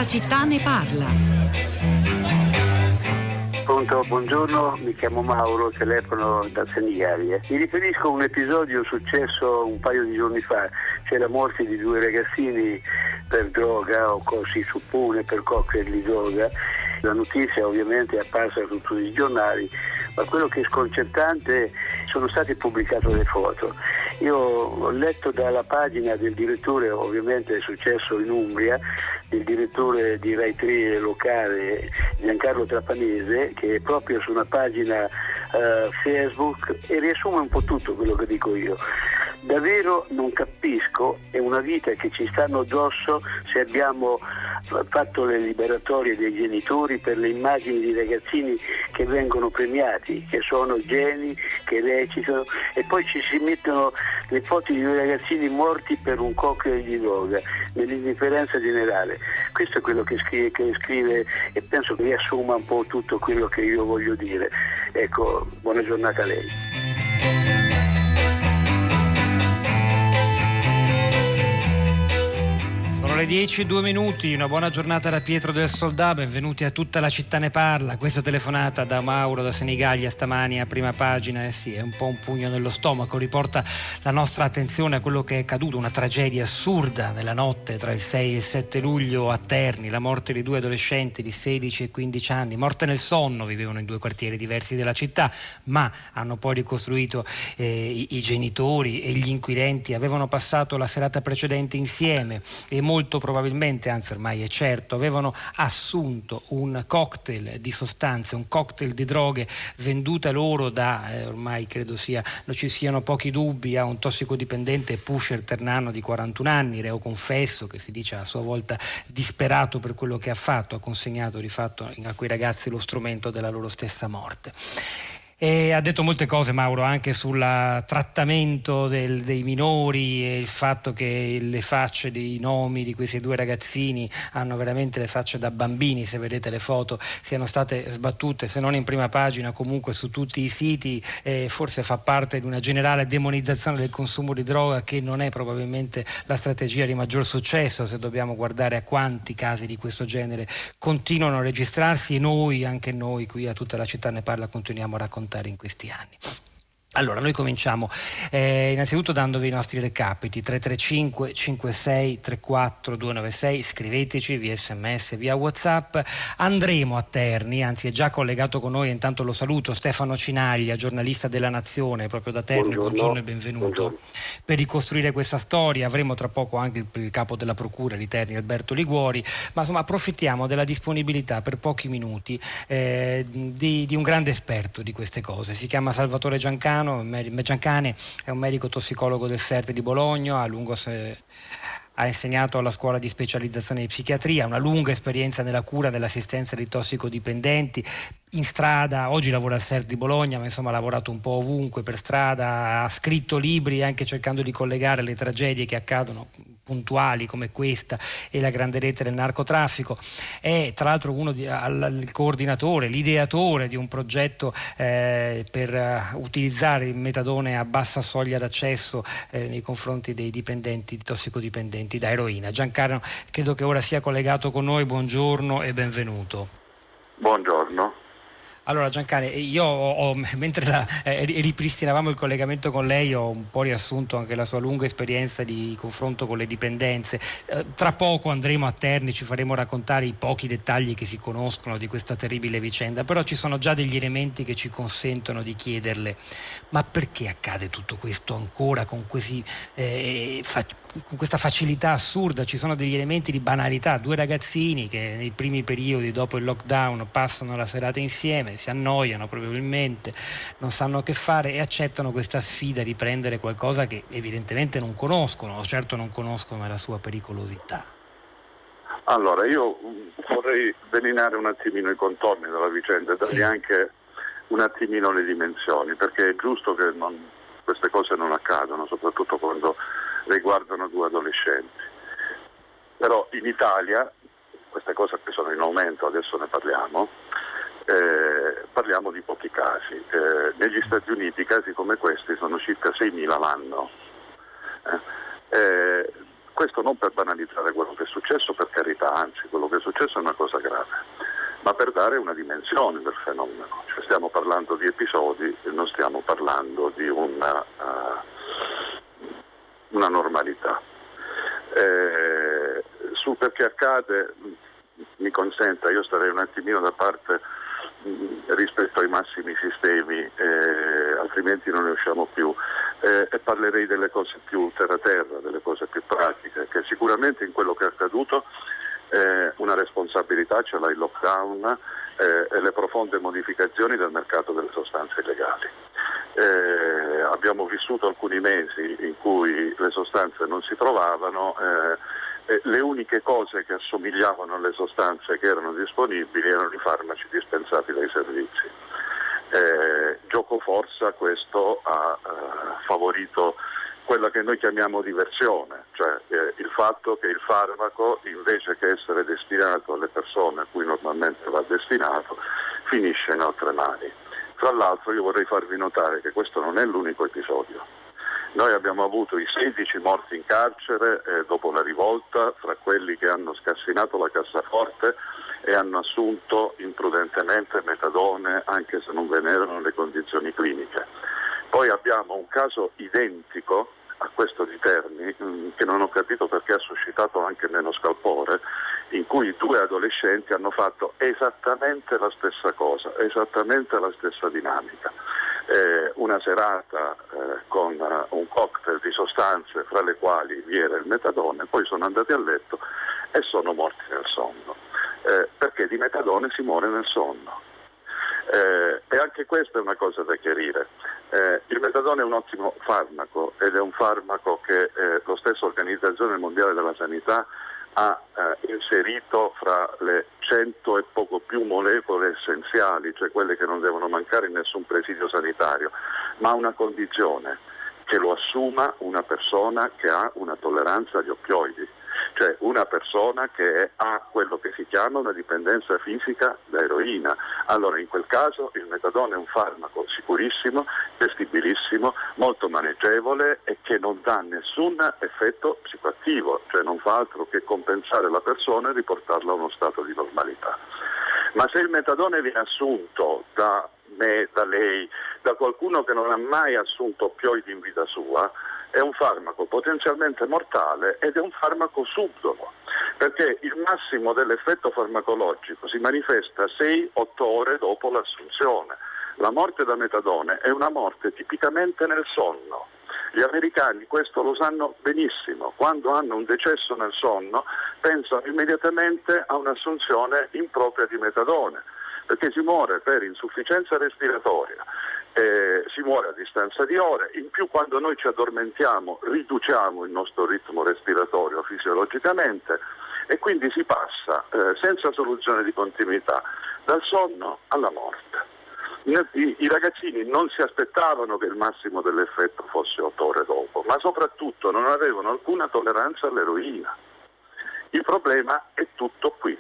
città ne parla. Pronto, buongiorno, mi chiamo Mauro, telefono da Senigallia. Mi riferisco a un episodio successo un paio di giorni fa. C'è la morte di due ragazzini per droga, o si suppone per cocktail di droga. La notizia ovviamente è apparsa su tutti i giornali, ma quello che è sconcertante, sono state pubblicate le foto. Io ho letto dalla pagina del direttore, ovviamente è successo in Umbria, il direttore di Rai 3 locale Giancarlo Trapanese, che è proprio su una pagina Facebook, e riassume un po' tutto quello che dico io. Davvero non capisco, è una vita che ci stanno addosso se abbiamo fatto le liberatorie dei genitori per le immagini di ragazzini che vengono premiati, che sono geni, che recitano, e poi ci si mettono le foto di due ragazzini morti per un cocktail di droga, nell'indifferenza generale. Questo è quello che scrive e penso che riassuma un po' tutto quello che io voglio dire. Ecco, buona giornata a lei. Sono le 10:02, una buona giornata da Pietro del Soldà, benvenuti a Tutta la città ne parla. Questa telefonata da Mauro da Senigallia stamani a prima pagina, sì, è un po' un pugno nello stomaco, riporta la nostra attenzione a quello che è accaduto, una tragedia assurda nella notte tra il 6 e il 7 luglio a Terni, la morte di due adolescenti di 16 e 15 anni, morte nel sonno, vivevano in due quartieri diversi della città, ma hanno poi ricostruito i genitori e gli inquirenti avevano passato la serata precedente insieme e molto probabilmente, anzi ormai è certo, avevano assunto un cocktail di sostanze, un cocktail di droghe venduta loro da, ormai credo non ci siano pochi dubbi, a un tossicodipendente pusher ternano di 41 anni, reo confesso, che si dice a sua volta disperato per quello che ha fatto, ha consegnato di fatto a quei ragazzi lo strumento della loro stessa morte. E ha detto molte cose Mauro anche sul trattamento dei minori e il fatto che le facce dei nomi di questi due ragazzini hanno veramente le facce da bambini, se vedete le foto, siano state sbattute se non in prima pagina comunque su tutti i siti, forse fa parte di una generale demonizzazione del consumo di droga che non è probabilmente la strategia di maggior successo se dobbiamo guardare a quanti casi di questo genere continuano a registrarsi e anche noi qui a Tutta la città ne parla continuiamo a raccontare in questi anni. Allora, noi cominciamo innanzitutto dandovi i nostri recapiti: 335 56 34 296, scriveteci via SMS, via WhatsApp. Andremo a Terni, anzi è già collegato con noi, intanto lo saluto, Stefano Cinaglia, giornalista della Nazione, proprio da Terni. Buongiorno e benvenuto. Buongiorno. Per ricostruire questa storia avremo tra poco anche il capo della procura di Terni, Alberto Liguori, ma insomma approfittiamo della disponibilità per pochi minuti di un grande esperto di queste cose. Si chiama Salvatore Giancane, è un medico tossicologo del SERT di Bologna, ha insegnato alla scuola di specializzazione di psichiatria, ha una lunga esperienza nella cura e nell'assistenza di tossicodipendenti. In strada, oggi lavora al SERT di Bologna, ma insomma ha lavorato un po' ovunque per strada, ha scritto libri anche cercando di collegare le tragedie che accadono puntuali come questa e la grande rete del narcotraffico. È tra l'altro il coordinatore, l'ideatore di un progetto per utilizzare il metadone a bassa soglia d'accesso nei confronti dei dipendenti, tossicodipendenti da eroina. Giancarlo, credo che ora sia collegato con noi, buongiorno e benvenuto. Buongiorno. Allora Giancane, io mentre ripristinavamo il collegamento con lei ho un po' riassunto anche la sua lunga esperienza di confronto con le dipendenze. Tra poco andremo a Terni, ci faremo raccontare i pochi dettagli che si conoscono di questa terribile vicenda, però ci sono già degli elementi che ci consentono di chiederle: ma perché accade tutto questo ancora con con questa facilità assurda? Ci sono degli elementi di banalità, due ragazzini che nei primi periodi dopo il lockdown passano la serata insieme, si annoiano probabilmente, non sanno che fare e accettano questa sfida di prendere qualcosa che evidentemente non conoscono, o certo non conoscono la sua pericolosità. Allora, io vorrei delineare un attimino i contorni della vicenda e dargli anche un attimino le dimensioni, perché è giusto che queste cose non accadano, soprattutto quando riguardano due adolescenti. Però in Italia, queste cose che sono in aumento, adesso ne parliamo di pochi casi. Negli Stati Uniti casi come questi sono circa 6.000 l'anno. Questo non per banalizzare quello che è successo, per carità, anzi quello che è successo è una cosa grave, ma per dare una dimensione del fenomeno. Cioè, stiamo parlando di episodi e non stiamo parlando di una normalità. Sul perché accade, mi consenta, io starei un attimino da parte rispetto ai massimi sistemi, altrimenti non ne usciamo più, e parlerei delle cose più terra-terra, delle cose più pratiche, che sicuramente in quello che è accaduto una responsabilità ce l'ha il lockdown e le profonde modificazioni del mercato delle sostanze illegali. Abbiamo vissuto alcuni mesi in cui le sostanze non si trovavano, le uniche cose che assomigliavano alle sostanze che erano disponibili erano i farmaci dispensati dai servizi. Gioco forza, questo ha favorito quella che noi chiamiamo diversione, cioè il fatto che il farmaco, invece che essere destinato alle persone a cui normalmente va destinato, finisce in altre mani. Tra l'altro io vorrei farvi notare che questo non è l'unico episodio. Noi abbiamo avuto i 16 morti in carcere dopo la rivolta, fra quelli che hanno scassinato la cassaforte e hanno assunto imprudentemente metadone anche se non ve ne erano le condizioni cliniche. Poi abbiamo un caso identico a questo di Terni, che non ho capito perché ha suscitato anche meno scalpore, in cui 2 adolescenti hanno fatto esattamente la stessa cosa, esattamente la stessa dinamica. Una serata con un cocktail di sostanze fra le quali vi era il metadone, poi sono andati a letto e sono morti nel sonno, perché di metadone si muore nel sonno. E anche questa è una cosa da chiarire. Il metadone è un ottimo farmaco ed è un farmaco che lo stesso Organizzazione Mondiale della Sanità ha inserito fra le 100 e poco più molecole essenziali, cioè quelle che non devono mancare in nessun presidio sanitario, ma a una condizione: che lo assuma una persona che ha una tolleranza agli oppioidi, cioè una persona che ha quello che si chiama una dipendenza fisica da eroina. Allora in quel caso il metadone è un farmaco sicurissimo, gestibilissimo, molto maneggevole e che non dà nessun effetto psicoattivo, cioè non fa altro che compensare la persona e riportarla a uno stato di normalità. Ma se il metadone viene assunto da me, da lei, da qualcuno che non ha mai assunto oppioidi in vita sua, è un farmaco potenzialmente mortale ed è un farmaco subdolo, perché il massimo dell'effetto farmacologico si manifesta 6-8 ore dopo l'assunzione. La morte da metadone è una morte tipicamente nel sonno. Gli americani questo lo sanno benissimo: quando hanno un decesso nel sonno pensano immediatamente a un'assunzione impropria di metadone, perché si muore per insufficienza respiratoria, si muore a distanza di ore, in più quando noi ci addormentiamo riduciamo il nostro ritmo respiratorio fisiologicamente e quindi si passa senza soluzione di continuità dal sonno alla morte. I ragazzini non si aspettavano che il massimo dell'effetto fosse 8 ore dopo, ma soprattutto non avevano alcuna tolleranza all'eroina. Il problema è tutto qui.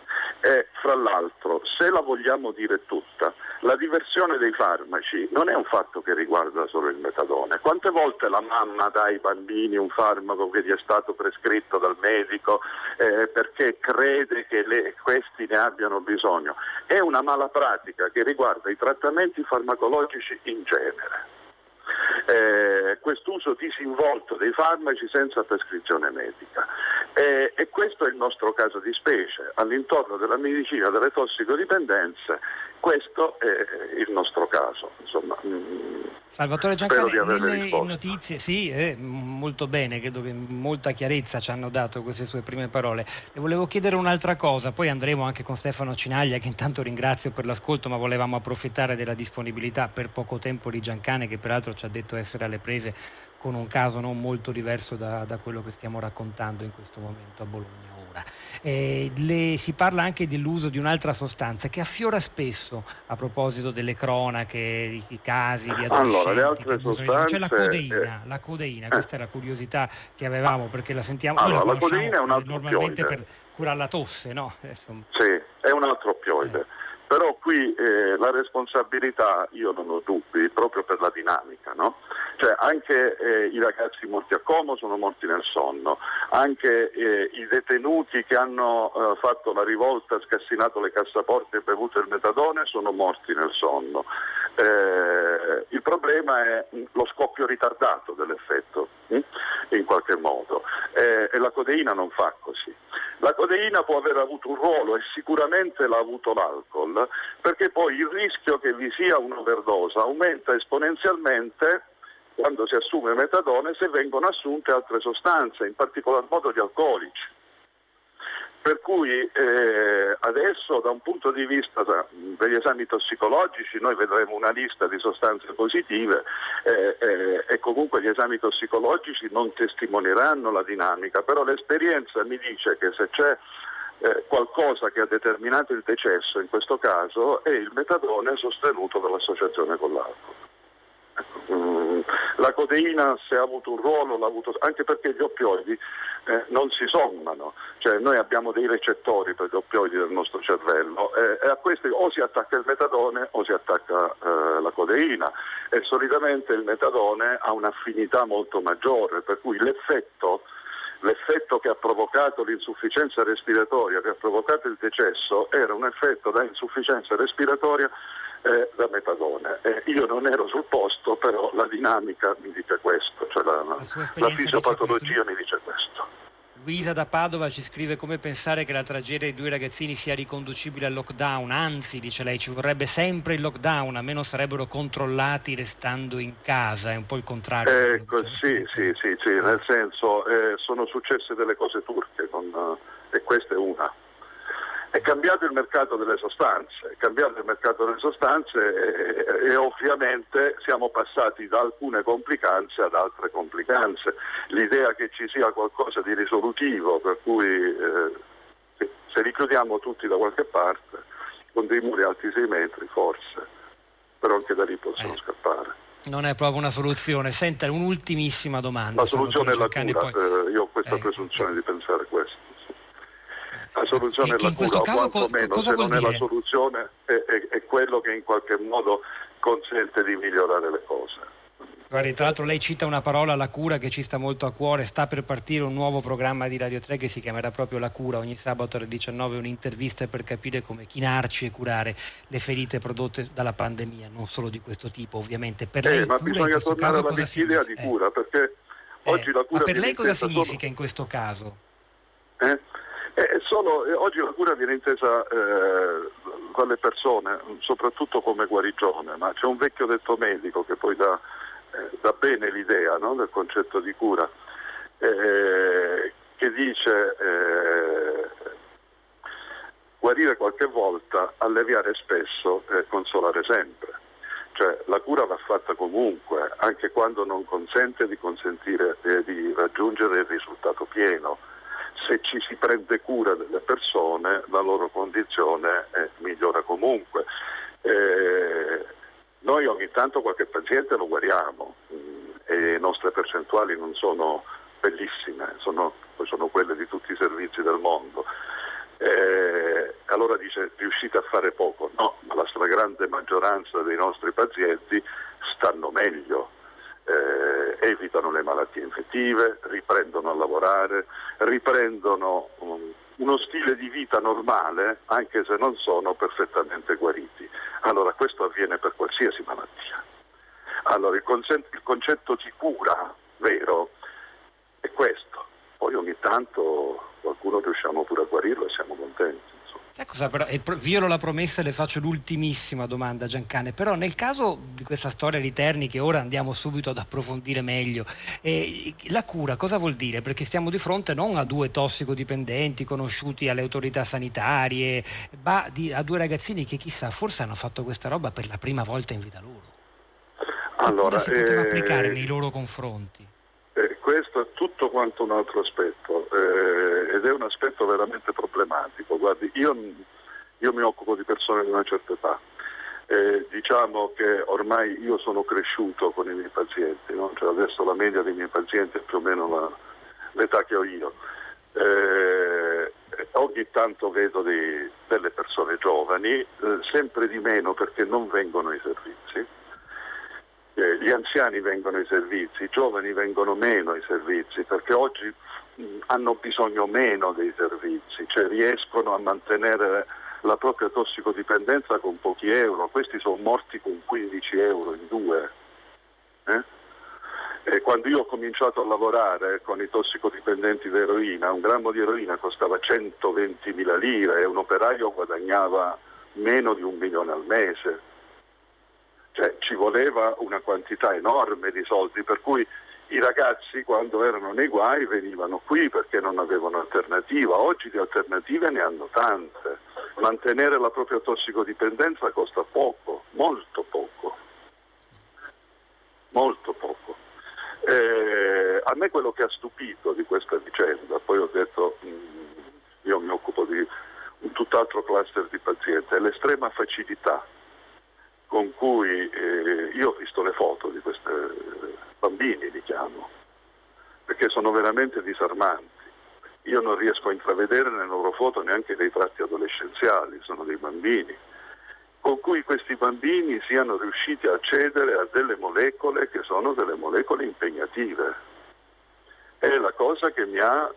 E fra l'altro, se la vogliamo dire tutta, la diversione dei farmaci non è un fatto che riguarda solo il metadone. Quante volte la mamma dà ai bambini un farmaco che gli è stato prescritto dal medico perché crede che questi ne abbiano bisogno? È una mala pratica che riguarda i trattamenti farmacologici in genere. Quest'uso disinvolto dei farmaci senza prescrizione medica, e questo è il nostro caso di specie all'intorno della medicina delle tossicodipendenze. Questo è il nostro caso, insomma. Salvatore Giancane, nelle notizie, sì, molto bene, credo che molta chiarezza ci hanno dato queste sue prime parole. Le volevo chiedere un'altra cosa, poi andremo anche con Stefano Cinaglia, che intanto ringrazio per l'ascolto, ma volevamo approfittare della disponibilità per poco tempo di Giancane, che peraltro ci ha detto essere alle prese con un caso non molto diverso da quello che stiamo raccontando in questo momento a Bologna ora. Si parla anche dell'uso di un'altra sostanza che affiora spesso a proposito delle cronache, i casi di adolescenti. Allora, le altre sostanze... C'è la codeina, questa è la curiosità che avevamo, perché la sentiamo, allora, noi la codeina è un altro normalmente oppioide. per curare la tosse, no? Sì, è un altro oppioide. Però qui la responsabilità, io non ho dubbi, proprio per la dinamica, no? Cioè anche i ragazzi morti a Como sono morti nel sonno, anche i detenuti che hanno fatto la rivolta, scassinato le cassaforti e bevuto il metadone sono morti nel sonno. Il problema è lo scoppio ritardato dell'effetto, in qualche modo, e la codeina non fa così. La codeina può aver avuto un ruolo e sicuramente l'ha avuto l'alcol, perché poi il rischio che vi sia un'overdose aumenta esponenzialmente quando si assume metadone se vengono assunte altre sostanze, in particolar modo gli alcolici. Per cui adesso da un punto di vista degli esami tossicologici noi vedremo una lista di sostanze positive e comunque gli esami tossicologici non testimonieranno la dinamica, però l'esperienza mi dice che se c'è qualcosa che ha determinato il decesso in questo caso è il metadone sostenuto dall'associazione con l'alcol. La codeina, se ha avuto un ruolo, l'ha avuto anche perché gli oppioidi non si sommano, cioè noi abbiamo dei recettori per gli oppioidi del nostro cervello e a questi o si attacca il metadone o si attacca la codeina, e solitamente il metadone ha un'affinità molto maggiore, per cui l'effetto che ha provocato l'insufficienza respiratoria, che ha provocato il decesso, era un effetto da insufficienza respiratoria da metadone. Io non ero sul posto, però la dinamica mi dice questo, cioè la fisiopatologia mi dice questo. Luisa da Padova ci scrive: come pensare che la tragedia dei 2 ragazzini sia riconducibile al lockdown, anzi, dice lei, ci vorrebbe sempre il lockdown, almeno sarebbero controllati restando in casa, è un po' il contrario. Ecco, sì, nel senso sono successe delle cose turche e questa è una. È cambiato il mercato delle sostanze, e ovviamente siamo passati da alcune complicanze ad altre complicanze. L'idea che ci sia qualcosa di risolutivo, per cui se li chiudiamo tutti da qualche parte, con dei muri alti 6 metri forse, però anche da lì possono scappare. Non è proprio una soluzione. Senta, un'ultimissima domanda. La soluzione è la cura, poi... io ho questa presunzione di pensare questo. La soluzione è la in questo cura, caso quantomeno cosa se vuol non dire? è la soluzione è quello che in qualche modo consente di migliorare le cose. Guardi, tra l'altro lei cita una parola, la cura, che ci sta molto a cuore. Sta per partire un nuovo programma di Radio 3 che si chiamerà proprio La Cura, ogni sabato alle 19 un'intervista per capire come chinarci e curare le ferite prodotte dalla pandemia, non solo di questo tipo ovamente. Per lei ma cura bisogna in questo tornare caso alla vecchia idea di cura, perché oggi la cura ma per lei cosa intesa significa in questo caso? Oggi la cura viene intesa dalle persone soprattutto come guarigione, ma c'è un vecchio detto medico che poi dà bene l'idea, no, del concetto di cura, che dice guarire qualche volta, alleviare spesso e consolare sempre. Cioè la cura va fatta comunque, anche quando non consente di raggiungere il risultato pieno. Se ci si prende cura delle persone, la loro condizione migliora comunque. Noi ogni tanto qualche paziente lo guariamo e le nostre percentuali non sono bellissime, sono quelle di tutti i servizi del mondo. Allora dice: riuscite a fare poco? No, ma la stragrande maggioranza dei nostri pazienti stanno meglio. Evitano le malattie infettive, riprendono a lavorare, riprendono uno stile di vita normale, anche se non sono perfettamente guariti. Allora questo avviene per qualsiasi malattia. Allora il concetto di cura vero è questo, poi ogni tanto qualcuno riusciamo pure a guarirlo e siamo contenti. Sai cosa, però, violo la promessa e le faccio l'ultimissima domanda, Giancane. Però nel caso di questa storia di Terni, che ora andiamo subito ad approfondire meglio, la cura cosa vuol dire? Perché stiamo di fronte non a 2 tossicodipendenti conosciuti alle autorità sanitarie, ma a 2 ragazzini che chissà, forse hanno fatto questa roba per la prima volta in vita loro. Allora, cosa si poteva applicare nei loro confronti? Questo è tutto quanto un altro aspetto, ed è un aspetto veramente problematico. Guardi, io mi occupo di persone di una certa età, diciamo che ormai io sono cresciuto con i miei pazienti, no? Cioè adesso la media dei miei pazienti è più o meno l'età che ho io. Ogni tanto vedo delle persone giovani, sempre di meno perché non vengono ai servizi. Gli gli anziani vengono ai servizi, i giovani vengono meno ai servizi, perché oggi hanno bisogno meno dei servizi, cioè riescono a mantenere la propria tossicodipendenza con pochi euro. Questi sono morti con 15 euro in 2. E quando io ho cominciato a lavorare con i tossicodipendenti di eroina, un grammo di eroina costava 120.000 lire e un operaio guadagnava meno di 1 milione al mese. Cioè ci voleva una quantità enorme di soldi, per cui i ragazzi quando erano nei guai venivano qui perché non avevano alternativa. Oggi di alternative ne hanno tante. Mantenere la propria tossicodipendenza costa poco, molto poco. Molto poco. A me quello che ha stupito di questa vicenda, poi ho detto io mi occupo di un tutt'altro cluster di pazienti, è l'estrema facilità con cui io ho visto le foto di questi bambini, li chiamo, perché sono veramente disarmanti. Io non riesco a intravedere nelle loro foto neanche dei tratti adolescenziali, sono dei bambini, con cui questi bambini siano riusciti a accedere a delle molecole che sono delle molecole impegnative. È la cosa che mi ha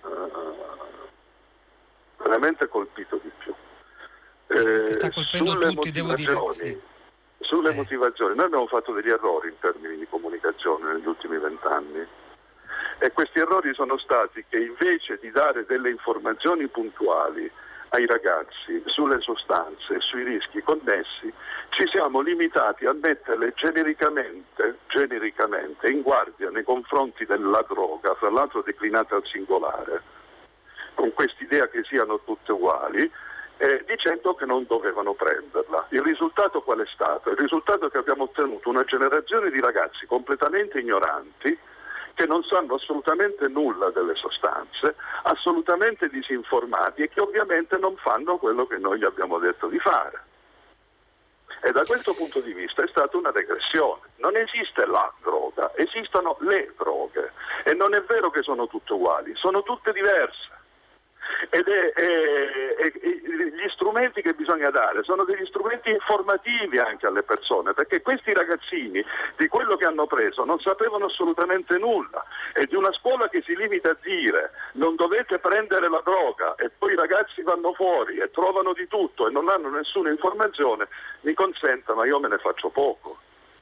veramente colpito di più. Sta colpendo tutti, devo dire. Sì. Sulle motivazioni, noi abbiamo fatto degli errori in termini di comunicazione negli ultimi 20 anni e questi errori sono stati che invece di dare delle informazioni puntuali ai ragazzi sulle sostanze e sui rischi connessi, ci siamo limitati a metterle genericamente in guardia nei confronti della droga, fra l'altro declinata al singolare, con quest'idea che siano tutte uguali, dicendo che non dovevano prenderla. Il risultato qual è stato? Il risultato è che abbiamo ottenuto una generazione di ragazzi completamente ignoranti, che non sanno assolutamente nulla delle sostanze, assolutamente disinformati e che ovviamente non fanno quello che noi gli abbiamo detto di fare. E da questo punto di vista è stata una regressione. Non esiste la droga, esistono le droghe e non è vero che sono tutte uguali, sono tutte diverse. Ed gli strumenti che bisogna dare sono degli strumenti informativi anche alle persone, perché questi ragazzini di quello che hanno preso non sapevano assolutamente nulla, e di una scuola che si limita a dire non dovete prendere la droga e poi i ragazzi vanno fuori e trovano di tutto e non hanno nessuna informazione, mi consenta, ma io me ne faccio poco.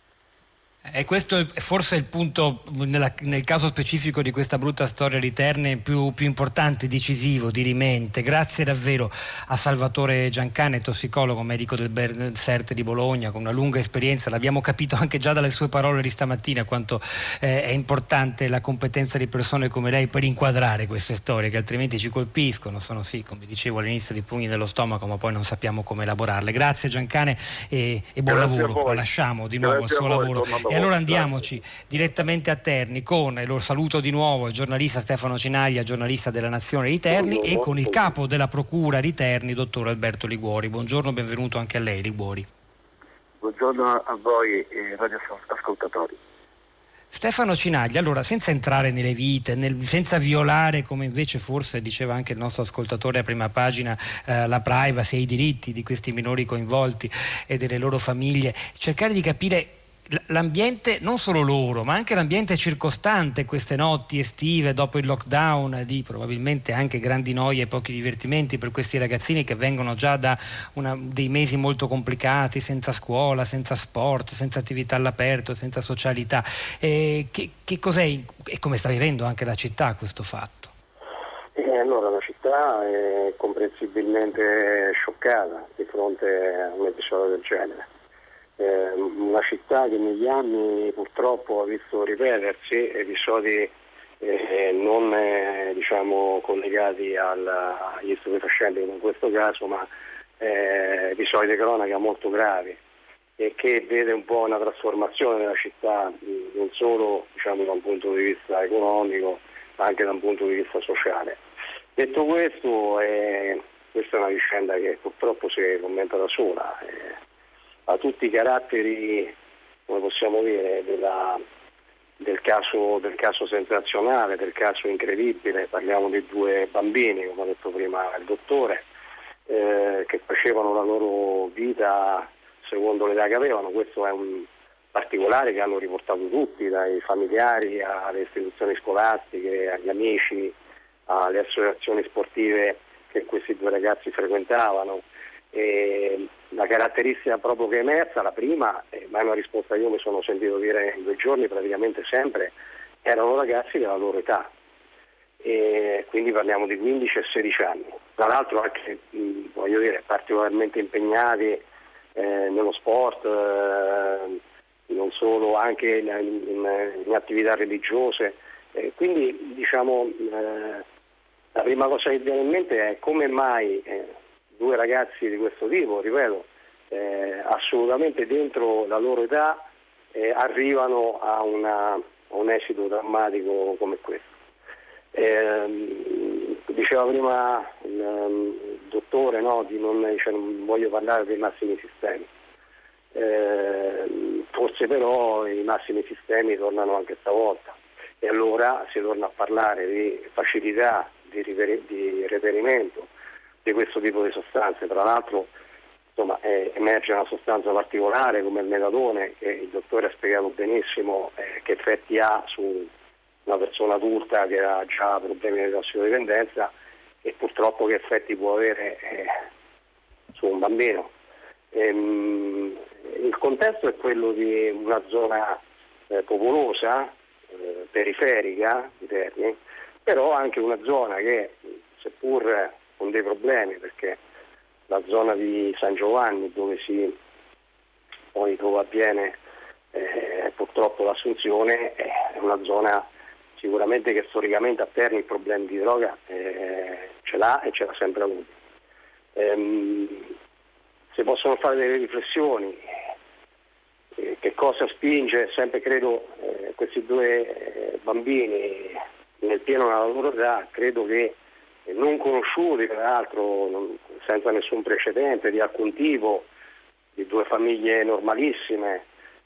E questo è forse il punto, nel caso specifico di questa brutta storia di Terni, più importante, decisivo, dirimente. Grazie davvero a Salvatore Giancane, tossicologo, medico del CERT di Bologna, con una lunga esperienza. L'abbiamo capito anche già dalle sue parole di stamattina quanto è importante la competenza di persone come lei per inquadrare queste storie che altrimenti ci colpiscono. Sono, sì, come dicevo all'inizio, di pugni nello stomaco, ma poi non sappiamo come elaborarle. Grazie Giancane e buon lavoro. Lo lasciamo di nuovo al suo lavoro. E allora andiamoci direttamente a Terni con, e lo saluto di nuovo, il giornalista Stefano Cinaglia, giornalista della Nazione di Terni, e con il capo della Procura di Terni, dottor Alberto Liguori. Buongiorno, benvenuto anche a lei, Liguori. Buongiorno a voi radioascoltatori. Stefano Cinaglia, allora, senza entrare nelle vite, senza violare, come invece forse diceva anche il nostro ascoltatore a prima pagina, la privacy e i diritti di questi minori coinvolti e delle loro famiglie, cercare di capire l'ambiente, non solo loro, ma anche l'ambiente circostante queste notti estive dopo il lockdown, di probabilmente anche grandi noie e pochi divertimenti per questi ragazzini che vengono già da dei mesi molto complicati, senza scuola, senza sport, senza attività all'aperto, senza socialità. Che cos'è e come sta vivendo anche la città questo fatto? Allora, la città è comprensibilmente scioccata di fronte a un episodio del genere. Una città che negli anni purtroppo ha visto ripetersi episodi non collegati agli stupefacenti come in questo caso, ma episodi di cronaca molto gravi, e che vede un po' una trasformazione della città, non solo da un punto di vista economico, ma anche da un punto di vista sociale. Detto questo, questa è una vicenda che purtroppo si commenta da sola. A tutti i caratteri, come possiamo dire, del caso sensazionale, del caso incredibile. Parliamo di 2 bambini, come ha detto prima il dottore, che facevano la loro vita secondo l'età che avevano. Questo è un particolari che hanno riportato tutti, dai familiari alle istituzioni scolastiche, agli amici, alle associazioni sportive che questi due ragazzi frequentavano. E la caratteristica proprio che è emersa, la prima, ma è una risposta che io mi sono sentito dire in 2 giorni praticamente sempre, erano ragazzi della loro età, e quindi parliamo di 15 e 16 anni, tra l'altro anche voglio dire particolarmente impegnati nello sport, non solo, anche in attività religiose, quindi diciamo la prima cosa che viene in mente è come mai 2 ragazzi di questo tipo, ripeto, assolutamente dentro la loro età, arrivano a un esito drammatico come questo. Diceva prima il dottore, no, non voglio parlare dei massimi sistemi, forse però i massimi sistemi tornano anche stavolta, e allora si torna a parlare di facilità di reperimento di questo tipo di sostanze. Tra l'altro emerge una sostanza particolare come il metadone, che il dottore ha spiegato benissimo che effetti ha su una persona adulta che ha già problemi di tossicodipendenza, e purtroppo che effetti può avere su un bambino. Il contesto è quello di una zona popolosa, periferica di Terni, però anche una zona che, seppur con dei problemi, perché la zona di San Giovanni dove avviene purtroppo l'assunzione, è una zona sicuramente che storicamente a Terni il problema di droga ce l'ha e ce l'ha sempre avuto. Si possono fare delle riflessioni, che cosa spinge, sempre credo, questi 2 bambini nel pieno della loro età, credo che non conosciuti, tra l'altro senza nessun precedente di alcun tipo, di 2 famiglie normalissime,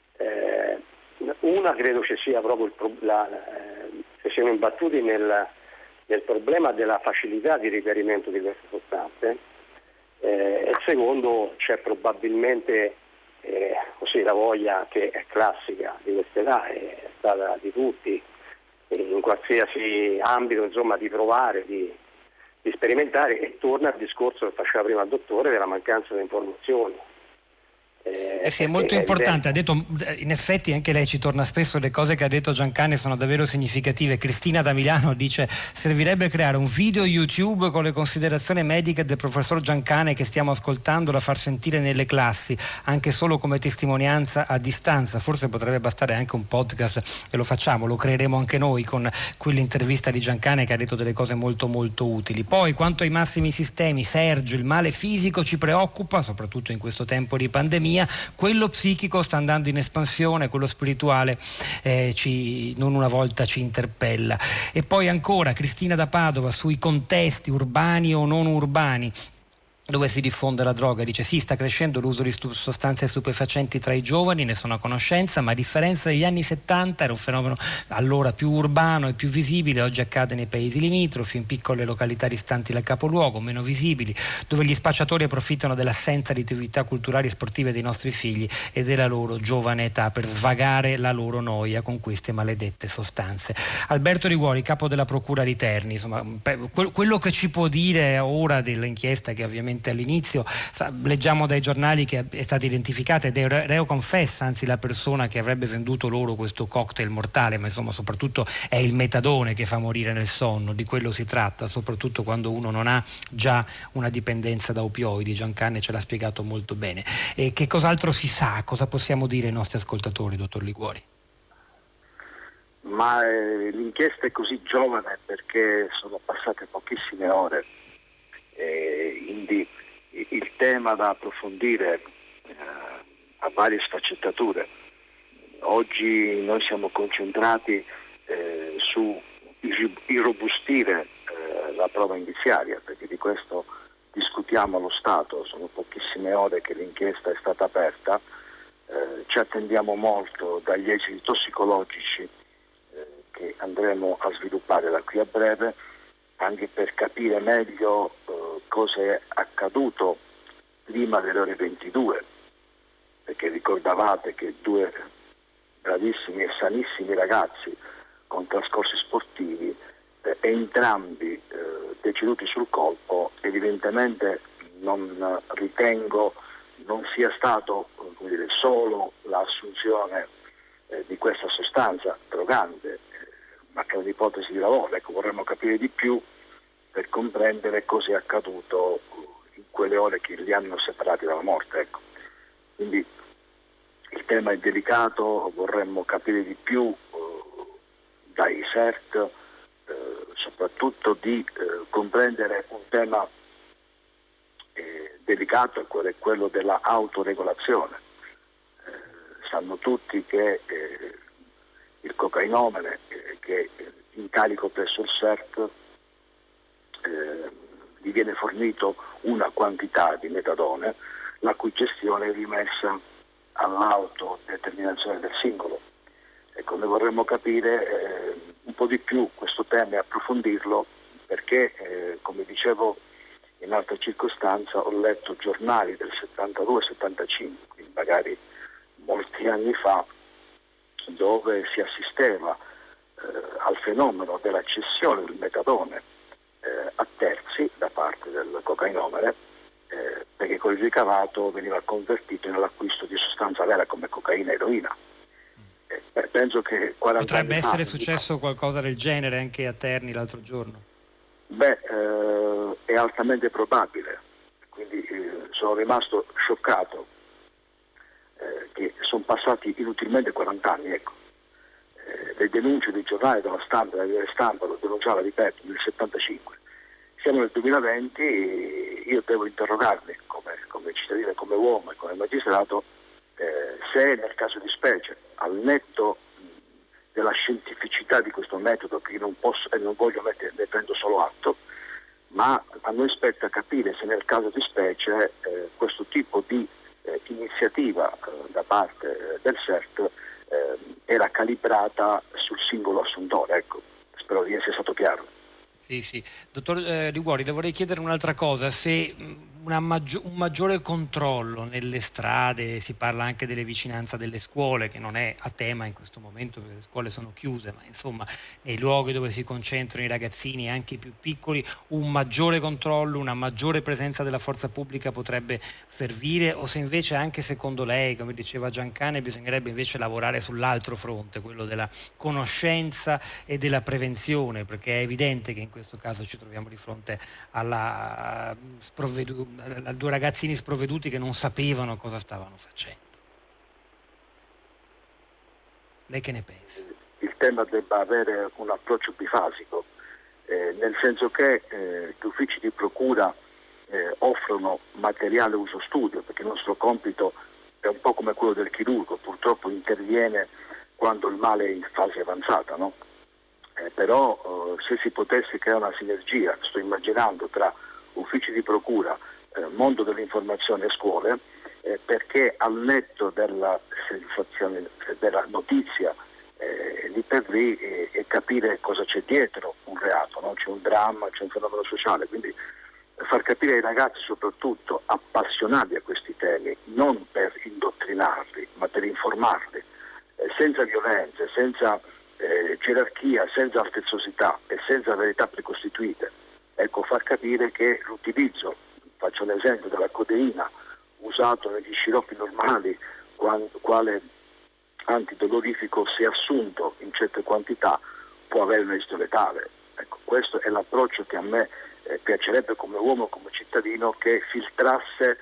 una credo ci sia proprio che siano imbattuti nel problema della facilità di reperimento di queste sostanze, e il secondo c'è probabilmente la voglia, che è classica di questa età, è stata di tutti in qualsiasi ambito, insomma, di provare, di sperimentare, e torna al discorso che faceva prima il dottore della mancanza di informazioni. Sì, è molto importante. Ha detto, in effetti anche lei ci torna spesso, le cose che ha detto Giancane sono davvero significative. Cristina da Milano dice: servirebbe creare un video YouTube con le considerazioni mediche del professor Giancane che stiamo ascoltando, da far sentire nelle classi, anche solo come testimonianza a distanza. Forse potrebbe bastare anche un podcast, e lo facciamo, lo creeremo anche noi con quell'intervista di Giancane che ha detto delle cose molto molto utili. Poi, quanto ai massimi sistemi, Sergio, il male fisico ci preoccupa, soprattutto in questo tempo di pandemia. Quello psichico sta andando in espansione, quello spirituale non una volta ci interpella. E poi ancora Cristina da Padova sui contesti urbani o non urbani dove si diffonde la droga. Dice: sì, sta crescendo l'uso di sostanze stupefacenti tra i giovani, ne sono a conoscenza, ma a differenza degli anni 70 era un fenomeno allora più urbano e più visibile. Oggi accade nei paesi limitrofi, in piccole località distanti dal capoluogo, meno visibili, dove gli spacciatori approfittano dell'assenza di attività culturali e sportive dei nostri figli e della loro giovane età per svagare la loro noia con queste maledette sostanze. Alberto Liguori, capo della Procura di Terni, insomma, quello che ci può dire ora dell'inchiesta, che ovviamente all'inizio leggiamo dai giornali che è stata identificata ed è reo confessa, anzi, la persona che avrebbe venduto loro questo cocktail mortale, ma insomma soprattutto è il metadone che fa morire nel sonno, di quello si tratta, soprattutto quando uno non ha già una dipendenza da opioidi. Giancane ce l'ha spiegato molto bene. E che cos'altro si sa? Cosa possiamo dire ai nostri ascoltatori, dottor Liguori? Ma l'inchiesta è così giovane perché sono passate pochissime ore. Quindi il tema da approfondire ha varie sfaccettature. Oggi noi siamo concentrati su irrobustire la prova indiziaria, perché di questo discutiamo allo Stato. Sono pochissime ore che l'inchiesta è stata aperta, ci attendiamo molto dagli esiti tossicologici che andremo a sviluppare da qui a breve, anche per capire meglio cosa è accaduto prima delle ore 22, perché ricordavate che 2 bravissimi e sanissimi ragazzi con trascorsi sportivi, entrambi deceduti sul colpo. Evidentemente non ritengo non sia stato solo l'assunzione di questa sostanza drogante, ma che è un'ipotesi di lavoro. Ecco, vorremmo capire di più per comprendere cosa è accaduto in quelle ore che li hanno separati dalla morte. Ecco. Quindi il tema è delicato, vorremmo capire di più dai CERT, soprattutto di comprendere un tema delicato, è quello della autoregolazione. Sanno tutti che il cocainomane che è in carico presso il CERT gli viene fornito una quantità di metadone, la cui gestione è rimessa all'autodeterminazione del singolo. Ecco, noi vorremmo capire un po' di più questo tema e approfondirlo, perché come dicevo in altra circostanza ho letto giornali del 72-75, quindi magari molti anni fa, dove si assisteva al fenomeno della cessione del metadone a terzi da parte del cocainomane, perché quel ricavato veniva convertito nell'acquisto di sostanza vera come cocaina e eroina. Penso che 40 potrebbe anni essere fa, successo qualcosa del genere anche a Terni l'altro giorno. È altamente probabile, quindi sono rimasto scioccato che sono passati inutilmente 40 anni. Ecco. Le denunce dei giornali, della stampa, della stampa lo denunciava, ripeto, nel 75. Siamo nel 2020, io devo interrogarmi come cittadino, come uomo e come magistrato se nel caso di specie, al netto della scientificità di questo metodo, che io non posso e non voglio mettere, ne prendo solo atto, ma a noi spetta capire se nel caso di specie questo tipo di iniziativa da parte del CERT era calibrata sul singolo assuntore. Ecco, spero di essere stato chiaro. Sì. Dottor Liguori, le vorrei chiedere un'altra cosa, se un maggiore controllo nelle strade, si parla anche delle vicinanze delle scuole, che non è a tema in questo momento perché le scuole sono chiuse, ma insomma nei luoghi dove si concentrano i ragazzini anche i più piccoli, un maggiore controllo, una maggiore presenza della forza pubblica potrebbe servire, o se invece anche secondo lei, come diceva Giancane, bisognerebbe invece lavorare sull'altro fronte, quello della conoscenza e della prevenzione, perché è evidente che in questo caso ci troviamo di fronte a due ragazzini sprovveduti che non sapevano cosa stavano facendo. Lei che ne pensa? Il tema debba avere un approccio bifasico, nel senso che gli uffici di procura offrono materiale uso studio, perché il nostro compito è un po' come quello del chirurgo, purtroppo interviene quando il male è in fase avanzata, no? Però se si potesse creare una sinergia, sto immaginando, tra uffici di procura, mondo dell'informazione e scuole, perché al netto della sensazione, della notizia lì per lì e capire cosa c'è dietro un reato, no? C'è un dramma, c'è un fenomeno sociale, quindi far capire ai ragazzi soprattutto appassionati a questi temi, non per indottrinarli, ma per informarli, senza violenze, senza gerarchia, senza altezzosità e senza verità precostituite. Ecco, far capire che l'utilizzo, faccio l'esempio della codeina, usato negli sciroppi normali quale antidolorifico, se assunto in certe quantità, può avere un esito letale. Ecco, questo è l'approccio che a me piacerebbe come uomo, come cittadino, che filtrasse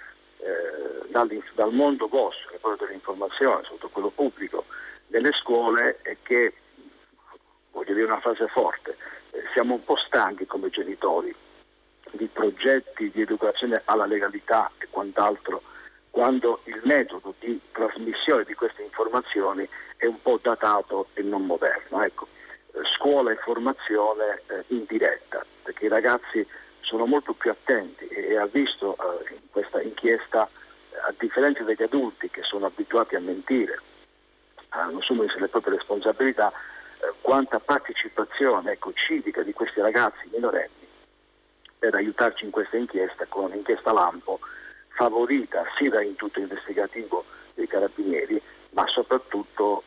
dal mondo vostro, quello dell'informazione, soprattutto quello pubblico, nelle scuole, e che, voglio dire una frase forte, siamo un po' stanchi come genitori di progetti di educazione alla legalità e quant'altro, quando il metodo di trasmissione di queste informazioni è un po' datato e non moderno. Ecco, scuola e formazione in diretta, perché i ragazzi sono molto più attenti e ha visto in questa inchiesta, a differenza degli adulti che sono abituati a mentire, a non assumersi le proprie responsabilità, quanta partecipazione civica di questi ragazzi minorenni per aiutarci in questa inchiesta, con un'inchiesta lampo favorita sì dall'Istituto Investigativo dei Carabinieri, ma soprattutto dalla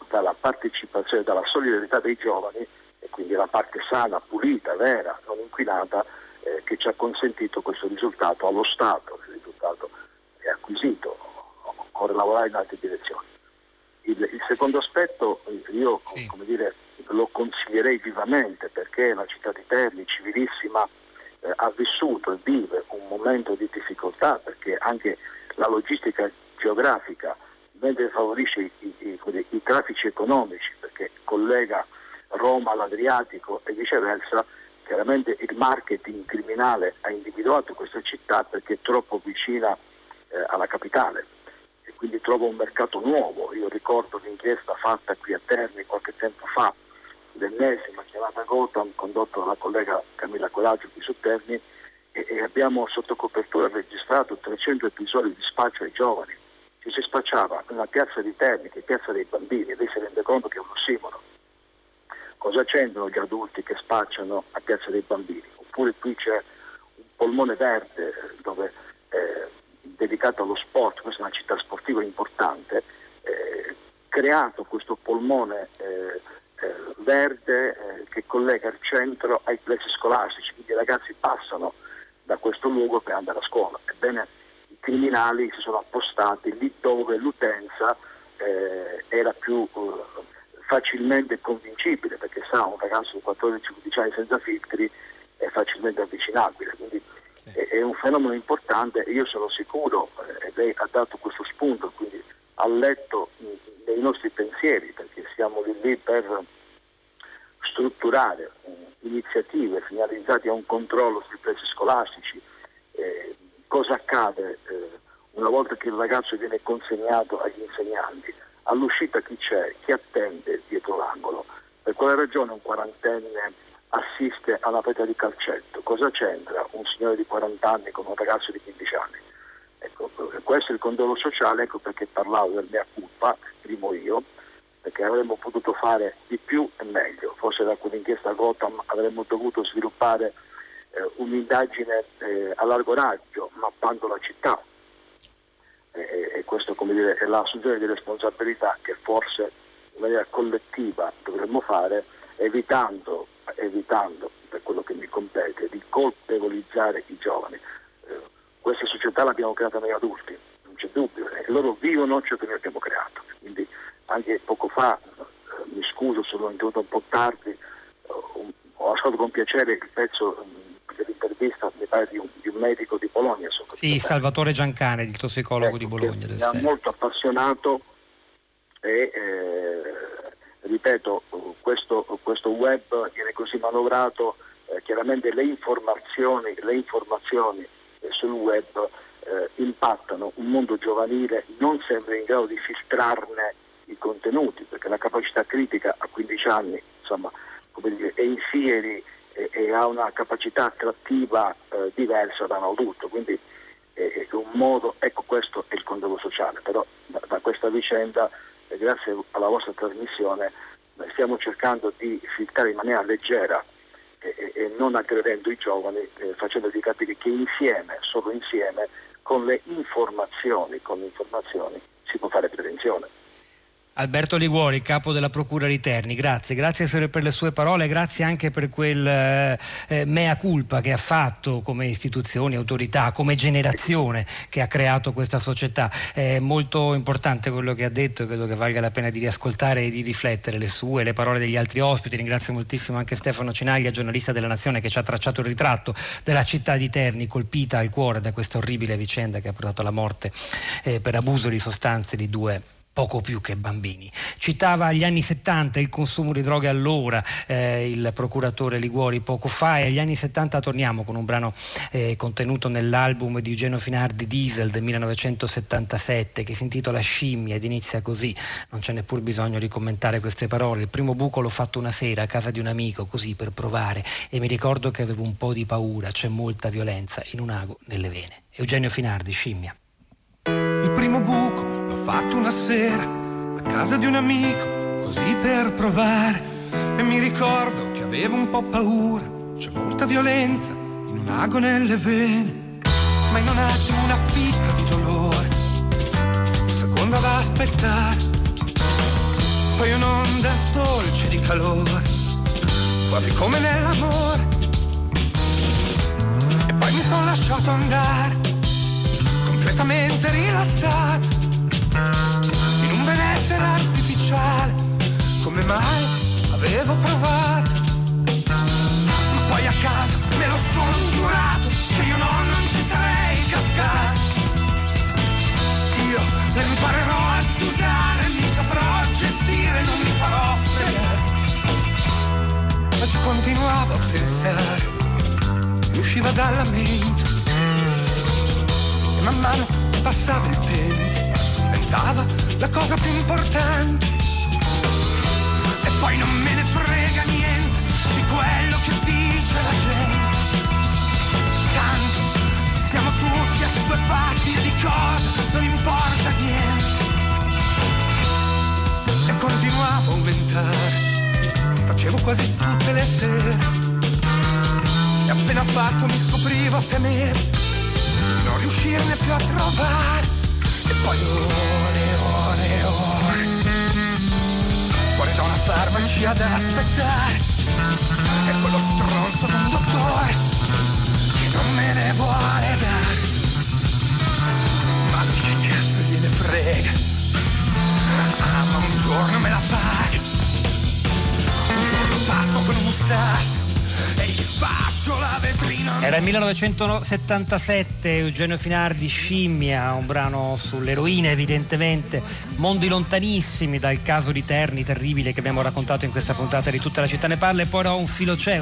partecipazione, dalla solidarietà dei giovani, e quindi la parte sana, pulita, vera, non inquinata, che ci ha consentito questo risultato allo Stato. Il risultato è acquisito, occorre lavorare in altre direzioni. Il secondo aspetto io lo consiglierei vivamente, perché la città di Terni, civilissima, ha vissuto e vive un momento di difficoltà, perché anche la logistica geografica, mentre favorisce i traffici economici, perché collega Roma all'Adriatico e viceversa, chiaramente il marketing criminale ha individuato questa città perché è troppo vicina alla capitale, e quindi trova un mercato nuovo. Io ricordo l'inchiesta fatta qui a Terni qualche tempo fa, l'ennesima, chiamata Gotham, condotta dalla collega Camilla Coraggio qui su Terni, e abbiamo sotto copertura registrato 300 episodi di spaccio ai giovani. Ci si spacciava nella piazza di Terni, che è piazza dei bambini, e lei si rende conto che è un ossimoro. Cosa c'entrano gli adulti che spacciano a piazza dei bambini? Oppure qui c'è un polmone verde dove dedicato allo sport, questa è una città sportiva importante, creato questo polmone verde che collega il centro ai plessi scolastici, quindi i ragazzi passano da questo luogo per andare a scuola. Ebbene, i criminali si sono appostati lì dove l'utenza era più facilmente convincibile, perché un ragazzo di 14-15 anni senza filtri è facilmente avvicinabile, quindi è un fenomeno importante. Io sono sicuro, e lei ha dato questo spunto, quindi ha letto nei nostri pensieri, perché siamo lì per strutturare iniziative finalizzate a un controllo sui plessi scolastici. Cosa accade una volta che il ragazzo viene consegnato agli insegnanti? All'uscita chi c'è? Chi attende dietro l'angolo? Per quale ragione un quarantenne assiste a una partita di calcetto? Cosa c'entra un signore di 40 anni con un ragazzo di 15 anni? Ecco, questo è il condono sociale, ecco perché parlavo del mea culpa, primo io, perché avremmo potuto fare di più e meglio. Forse da quell'inchiesta Gotham avremmo dovuto sviluppare un'indagine a largo raggio, mappando la città. E questo, come dire, è l'assunzione di responsabilità che forse in maniera collettiva dovremmo fare, evitando, per quello che mi compete, di colpevolizzare i giovani. Questa società l'abbiamo creata noi adulti, non c'è dubbio, e loro vivono ciò che noi abbiamo creato. Quindi anche poco fa, mi scuso se l'ho interrotto un po' tardi, ho ascoltato con piacere il pezzo dell'intervista, mi pare di un medico di Bologna. Sì, Salvatore Giancane, il tossicologo di Bologna. Mi ha molto appassionato e ripeto, questo web viene così manovrato, chiaramente le informazioni sul web impattano un mondo giovanile non sempre in grado di filtrarne i contenuti, perché la capacità critica a 15 anni, insomma, come dire, è in fieri e ha una capacità attrattiva diversa da un adulto, quindi è un modo, ecco, questo è il condono sociale. Però da questa vicenda, grazie alla vostra trasmissione, stiamo cercando di filtrare in maniera leggera e non aggredendo i giovani, facendogli capire che insieme, solo insieme, con le informazioni si può fare prevenzione. Alberto Liguori, capo della Procura di Terni, grazie per le sue parole, grazie anche per quel mea culpa che ha fatto come istituzioni, autorità, come generazione che ha creato questa società. È molto importante quello che ha detto e credo che valga la pena di riascoltare e di riflettere le parole degli altri ospiti. Ringrazio moltissimo anche Stefano Cinaglia, giornalista della Nazione, che ci ha tracciato il ritratto della città di Terni, colpita al cuore da questa orribile vicenda che ha portato alla morte per abuso di sostanze di due poco più che bambini. Citava gli anni 70, il consumo di droghe allora, il procuratore Liguori poco fa, e agli anni 70 torniamo con un brano contenuto nell'album di Eugenio Finardi, Diesel, del 1977, che si intitola Scimmia ed inizia così. Non c'è neppur bisogno di commentare queste parole. Il primo buco l'ho fatto una sera a casa di un amico, così per provare, e mi ricordo che avevo un po' di paura, c'è molta violenza in un ago nelle vene. Eugenio Finardi, Scimmia. Il primo buco l'ho fatto una sera a casa di un amico, così per provare, e mi ricordo che avevo un po' paura, c'è molta violenza in un ago nelle vene, ma in un attimo una fitta di dolore, un secondo ad aspettare, poi un'onda dolce di calore, quasi come nell'amore, e poi mi sono lasciato andare, completamente rilassato, in un benessere artificiale, come mai avevo provato. Ma poi a casa me lo sono giurato, che io non ci sarei cascato. Io le imparerò ad usare, mi saprò gestire, non mi farò fregare. Ma ci continuavo a pensare, mi usciva dalla mente, e man mano che passava il tempo diventava la cosa più importante. E poi non me ne frega niente di quello che dice la gente, tanto siamo tutti assuefatti e di cosa non importa niente. E continuavo a aumentare, facevo quasi tutte le sere, e appena fatto mi scoprivo a temere di non riuscirne più a trovare. E poi ore e ore e ore fuori da una farmacia ad aspettare, e quello stronzo d'un dottore che non me ne vuole dare. Ma che cazzo gliene frega, ma un giorno me la paga, un giorno passo con un sasso e gli faccio la vetrina. Era il 1977, Eugenio Finardi, Scimmia, un brano sull'eroina evidentemente, mondi lontanissimi dal caso di Terni, terribile, che abbiamo raccontato in questa puntata di Tutta la città ne parla. E poi un filo c'è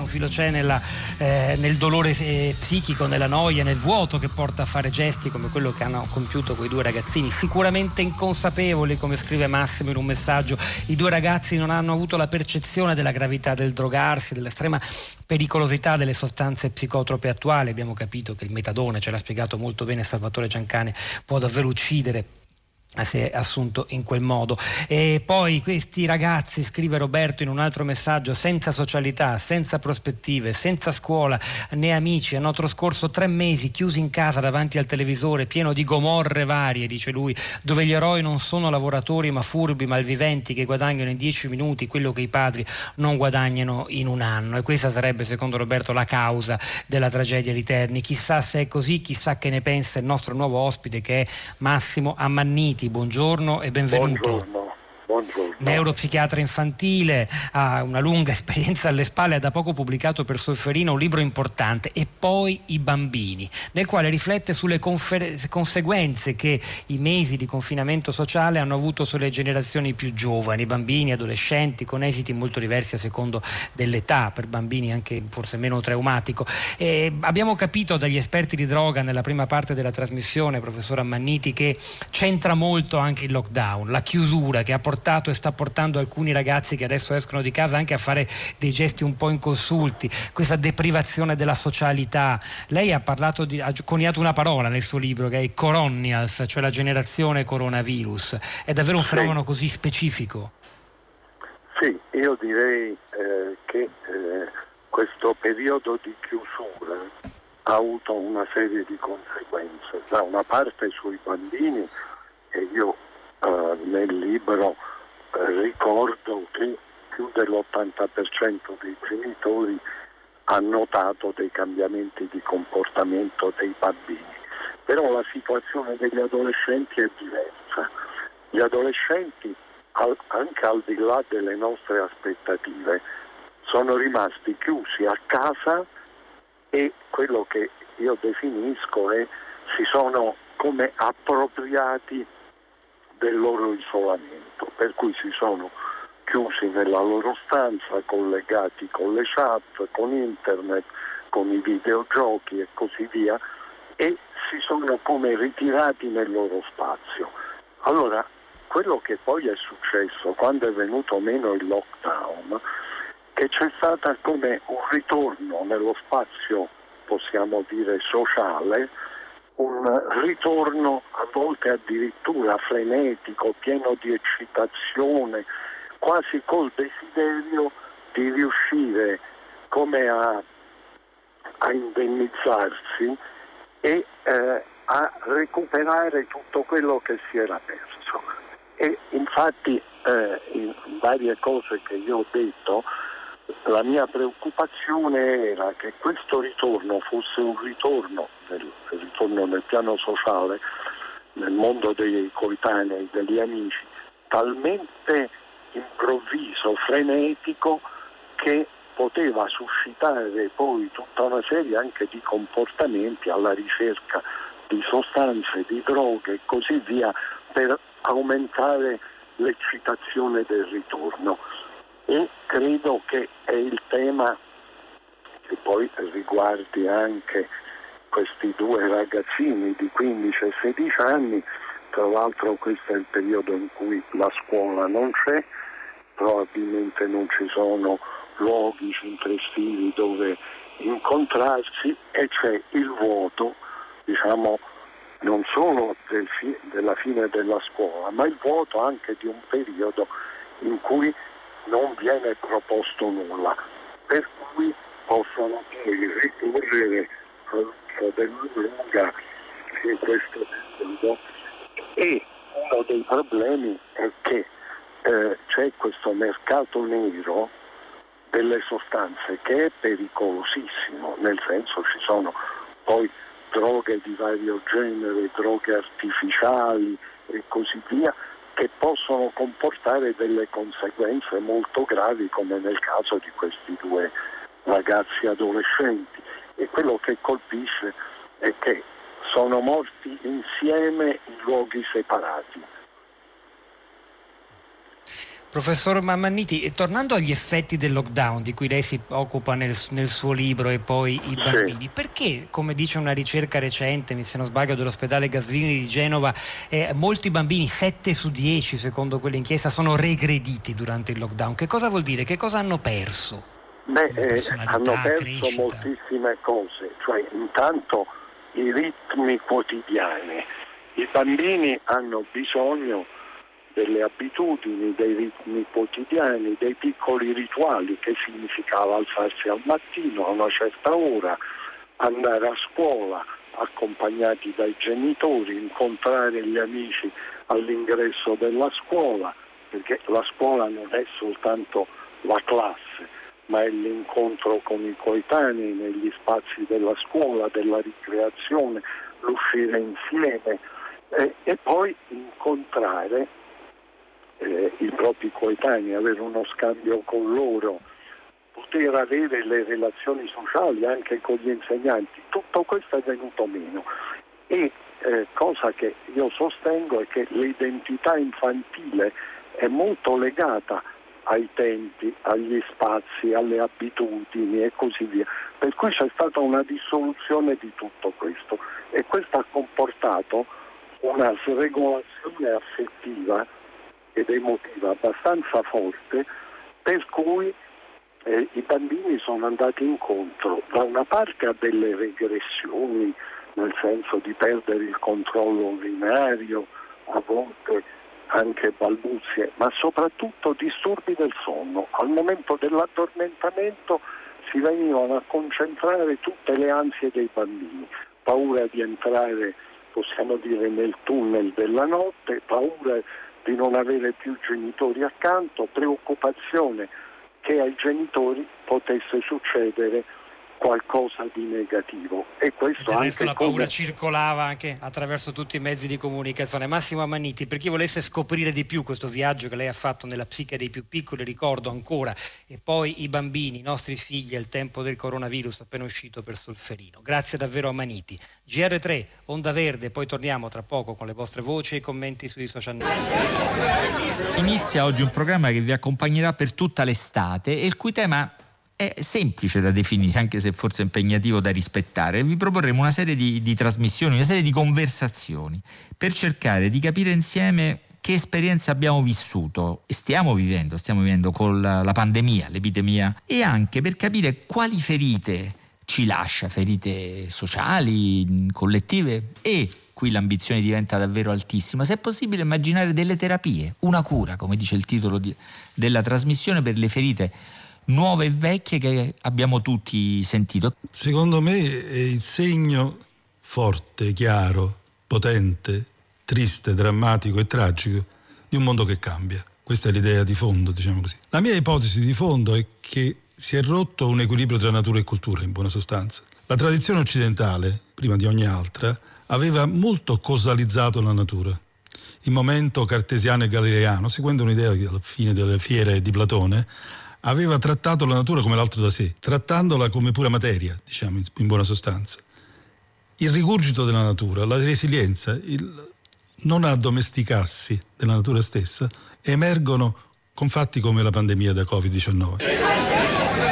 nel dolore psichico, nella noia, nel vuoto che porta a fare gesti come quello che hanno compiuto quei due ragazzini, sicuramente inconsapevoli, come scrive Massimo in un messaggio. I due ragazzi non hanno avuto la percezione della gravità del drogarsi, dell'estrema pericolosità delle sostanze psicotrope attuali. Abbiamo capito che il metadone, ce l'ha spiegato molto bene Salvatore Giancane, può davvero uccidere se assunto in quel modo. E poi questi ragazzi, scrive Roberto in un altro messaggio, senza socialità, senza prospettive, senza scuola né amici, hanno trascorso 3 mesi chiusi in casa davanti al televisore pieno di gomorre varie, dice lui, dove gli eroi non sono lavoratori ma furbi malviventi che guadagnano in 10 minuti quello che i padri non guadagnano in un anno. E questa sarebbe, secondo Roberto, la causa della tragedia di Terni. Chissà se è così, chissà che ne pensa il nostro nuovo ospite, che è Massimo Ammanniti. Buongiorno e benvenuto. Buongiorno. Neuropsichiatra infantile, ha una lunga esperienza alle spalle, ha da poco pubblicato per Solferino un libro importante, E poi i bambini, nel quale riflette sulle conseguenze che i mesi di confinamento sociale hanno avuto sulle generazioni più giovani, bambini, adolescenti, con esiti molto diversi a secondo dell'età, per bambini anche forse meno traumatico. Abbiamo capito dagli esperti di droga nella prima parte della trasmissione, professor Ammanniti, che c'entra molto anche il lockdown, la chiusura che ha portato e sta portando alcuni ragazzi che adesso escono di casa anche a fare dei gesti un po' inconsulti, questa deprivazione della socialità. Lei ha coniato una parola nel suo libro che è Coronnials, cioè la generazione coronavirus. È davvero un fenomeno così specifico? Sì, io direi che questo periodo di chiusura ha avuto una serie di conseguenze, da una parte sui bambini, e io nel libro ricordo che più dell'80% dei genitori ha notato dei cambiamenti di comportamento dei bambini, però la situazione degli adolescenti è diversa. Gli adolescenti, anche al di là delle nostre aspettative, sono rimasti chiusi a casa e quello che io definisco è si sono come appropriati del loro isolamento, per cui si sono chiusi nella loro stanza, collegati con le chat, con internet, con i videogiochi e così via, e si sono come ritirati nel loro spazio. Allora, quello che poi è successo quando è venuto meno il lockdown, che c'è stata come un ritorno nello spazio, possiamo dire, sociale, un ritorno a volte addirittura frenetico, pieno di eccitazione, quasi col desiderio di riuscire come a indennizzarsi e a recuperare tutto quello che si era perso. E in Infatti in varie cose che io ho detto, la mia preoccupazione era che questo ritorno fosse un ritorno nel piano sociale, nel mondo dei coetanei, degli amici, talmente improvviso, frenetico, che poteva suscitare poi tutta una serie anche di comportamenti alla ricerca di sostanze, di droghe e così via, per aumentare l'eccitazione del ritorno. E credo che è il tema che poi riguardi anche questi due ragazzini di 15 e 16 anni. Tra l'altro questo è il periodo in cui la scuola non c'è, probabilmente non ci sono luoghi, centri estivi dove incontrarsi, e c'è il vuoto, diciamo, non solo della fine della scuola, ma il vuoto anche di un periodo in cui non viene proposto nulla, per cui possono poi ricorrere della lunga in questo periodo. E uno dei problemi è che c'è questo mercato nero delle sostanze che è pericolosissimo, nel senso ci sono poi droghe di vario genere, droghe artificiali e così via, che possono comportare delle conseguenze molto gravi, come nel caso di questi due ragazzi adolescenti. E quello che colpisce è che sono morti insieme in luoghi separati. Professor Mammanniti, tornando agli effetti del lockdown di cui lei si occupa nel suo libro e poi i bambini, perché, come dice una ricerca recente, se non sbaglio, dell'ospedale Gaslini di Genova, molti bambini, 7 su 10 secondo quell'inchiesta, sono regrediti durante il lockdown? Che cosa vuol dire? Che cosa hanno perso? Hanno perso moltissime cose, cioè intanto i ritmi quotidiani. I bambini hanno bisogno delle abitudini, dei ritmi quotidiani, dei piccoli rituali, che significava alzarsi al mattino a una certa ora, andare a scuola accompagnati dai genitori, incontrare gli amici all'ingresso della scuola, perché la scuola non è soltanto la classe, ma è l'incontro con i coetanei negli spazi della scuola, della ricreazione, l'uscire insieme e poi incontrare i propri coetanei, avere uno scambio con loro, poter avere le relazioni sociali anche con gli insegnanti. Tutto questo è venuto meno e cosa che io sostengo è che l'identità infantile è molto legata ai tempi, agli spazi, alle abitudini e così via, per cui c'è stata una dissoluzione di tutto questo e questo ha comportato una sregolazione affettiva ed emotiva abbastanza forte, per cui i bambini sono andati incontro da una parte a delle regressioni, nel senso di perdere il controllo urinario, a volte anche balbuzie, ma soprattutto disturbi del sonno. Al momento dell'addormentamento si venivano a concentrare tutte le ansie dei bambini, paura di entrare, possiamo dire, nel tunnel della notte, paura di non avere più genitori accanto, preoccupazione che ai genitori potesse succedere qualcosa di negativo. E questo del resto anche la paura circolava anche attraverso tutti i mezzi di comunicazione. Massimo Ammanniti, per chi volesse scoprire di più questo viaggio che lei ha fatto nella psiche dei più piccoli, ricordo ancora, e poi i bambini, i nostri figli al tempo del coronavirus, appena uscito per Solferino. Grazie davvero Ammanniti. GR3, Onda Verde, poi torniamo tra poco con le vostre voci e i commenti sui social network. Inizia oggi un programma che vi accompagnerà per tutta l'estate e il cui tema è semplice da definire, anche se forse impegnativo da rispettare. Vi proporremo una serie di trasmissioni, una serie di conversazioni per cercare di capire insieme che esperienze abbiamo vissuto e stiamo vivendo con la pandemia, l'epidemia, e anche per capire quali ferite ci lascia, ferite sociali, collettive, e qui l'ambizione diventa davvero altissima, se è possibile immaginare delle terapie, una cura, come dice il titolo della trasmissione, per le ferite nuove e vecchie che abbiamo tutti sentito. Secondo me è il segno forte, chiaro, potente, triste, drammatico e tragico di un mondo che cambia. Questa è l'idea di fondo, diciamo così. La mia ipotesi di fondo è che si è rotto un equilibrio tra natura e cultura, in buona sostanza. La tradizione occidentale, prima di ogni altra, aveva molto cosalizzato la natura. Il momento cartesiano e galileiano, seguendo un'idea che alla fine delle fiere di Platone, aveva trattato la natura come l'altro da sé, trattandola come pura materia, diciamo, in buona sostanza. Il rigurgito della natura, la resilienza, il non addomesticarsi della natura stessa, emergono con fatti come la pandemia da Covid-19.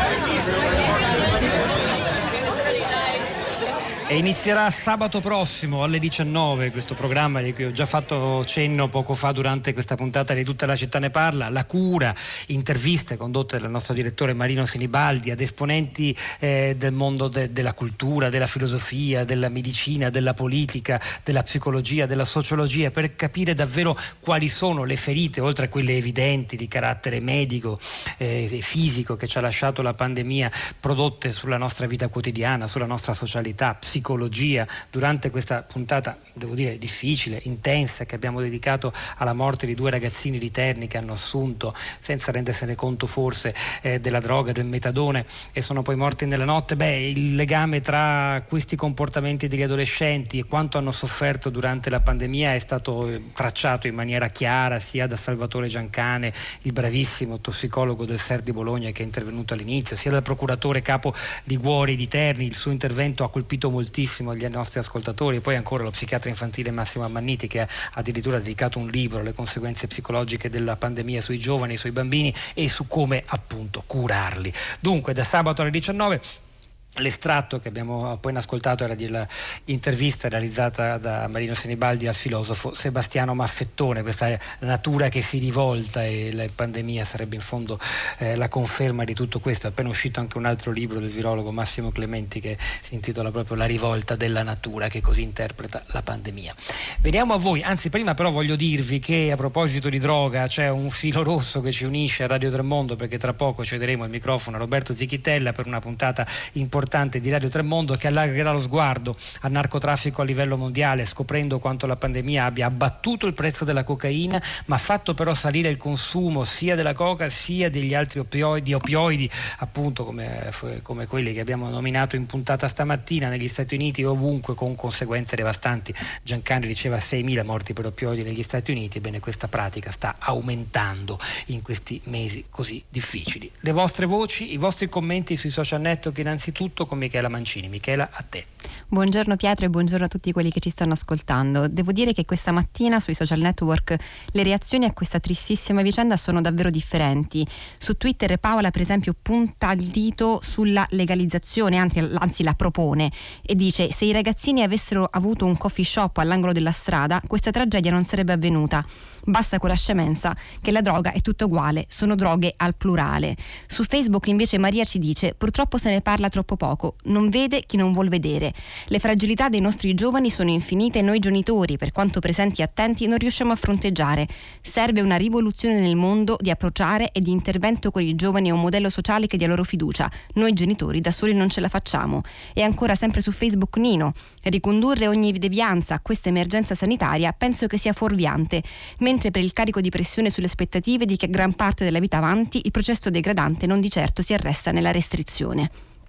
E inizierà sabato prossimo alle 19 questo programma di cui ho già fatto cenno poco fa durante questa puntata di Tutta la città ne parla, La cura, interviste condotte dal nostro direttore Marino Sinibaldi ad esponenti del mondo della cultura, della filosofia, della medicina, della politica, della psicologia, della sociologia, per capire davvero quali sono le ferite, oltre a quelle evidenti di carattere medico e fisico che ci ha lasciato la pandemia, prodotte sulla nostra vita quotidiana, sulla nostra socialità, psicologia. Durante questa puntata, devo dire, difficile, intensa, che abbiamo dedicato alla morte di 2 ragazzini di Terni che hanno assunto, senza rendersene conto forse, della droga, del metadone, e sono poi morti nella notte. Il legame tra questi comportamenti degli adolescenti e quanto hanno sofferto durante la pandemia è stato tracciato in maniera chiara sia da Salvatore Giancane, il bravissimo tossicologo del SER di Bologna che è intervenuto all'inizio, sia dal procuratore capo Liguori di Terni. Il suo intervento ha colpito moltissimo gli nostri ascoltatori, e poi ancora lo psichiatra infantile Massimo Ammanniti, che ha addirittura dedicato un libro alle conseguenze psicologiche della pandemia sui giovani, sui bambini e su come appunto curarli. Dunque da sabato alle 19 l'estratto che abbiamo appena ascoltato era dell'intervista realizzata da Marino Sinibaldi al filosofo Sebastiano Maffettone. Questa natura che si rivolta, e la pandemia sarebbe in fondo la conferma di tutto questo. È appena uscito anche un altro libro del virologo Massimo Clementi che si intitola proprio La rivolta della natura, che così interpreta la pandemia. Veniamo a voi, anzi prima però voglio dirvi che a proposito di droga c'è un filo rosso che ci unisce a Radio Tremondo, perché tra poco cederemo il microfono a Roberto Zichitella per una puntata importante di Radio Tremondo che allargherà lo sguardo al narcotraffico a livello mondiale, scoprendo quanto la pandemia abbia abbattuto il prezzo della cocaina, ma fatto però salire il consumo sia della coca sia degli altri opioidi appunto come quelli che abbiamo nominato in puntata stamattina negli Stati Uniti e ovunque, con conseguenze devastanti. Giancani diceva 6.000 morti per opioidi negli Stati Uniti. Ebbene, questa pratica sta aumentando in questi mesi così difficili. Le vostre voci, i vostri commenti sui social network innanzitutto con Michela Mancini. Michela, a te. Buongiorno Pietro e buongiorno a tutti quelli che ci stanno ascoltando. Devo dire che questa mattina sui social network le reazioni a questa tristissima vicenda sono davvero differenti. Su Twitter Paola per esempio punta il dito sulla legalizzazione, anzi la propone, e dice: se i ragazzini avessero avuto un coffee shop all'angolo della strada questa tragedia non sarebbe avvenuta. Basta con la scemenza che la droga è tutto uguale, sono droghe al plurale. Su Facebook invece Maria ci dice: purtroppo se ne parla troppo poco, non vede chi non vuol vedere. Le fragilità dei nostri giovani sono infinite e noi genitori, per quanto presenti e attenti, non riusciamo a fronteggiare. Serve una rivoluzione nel modo di approcciare e di intervento con i giovani e un modello sociale che dia loro fiducia. Noi genitori da soli non ce la facciamo. E ancora sempre su Facebook Nino: ricondurre ogni devianza a questa emergenza sanitaria penso che sia fuorviante, mentre per il carico di pressione sulle aspettative di chi ha gran parte della vita avanti, il processo degradante non di certo si arresta nella restrizione.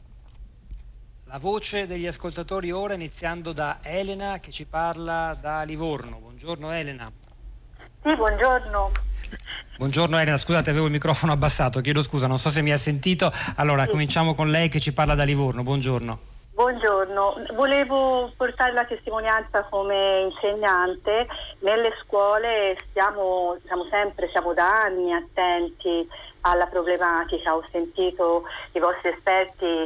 La voce degli ascoltatori ora, iniziando da Elena che ci parla da Livorno. Buongiorno Elena. Sì, buongiorno. Buongiorno Elena, scusate, avevo il microfono abbassato, chiedo scusa, non so se mi ha sentito. Allora, cominciamo con lei che ci parla da Livorno. Buongiorno. Buongiorno, volevo portare la testimonianza come insegnante. Nelle scuole siamo da anni attenti alla problematica. Ho sentito i vostri esperti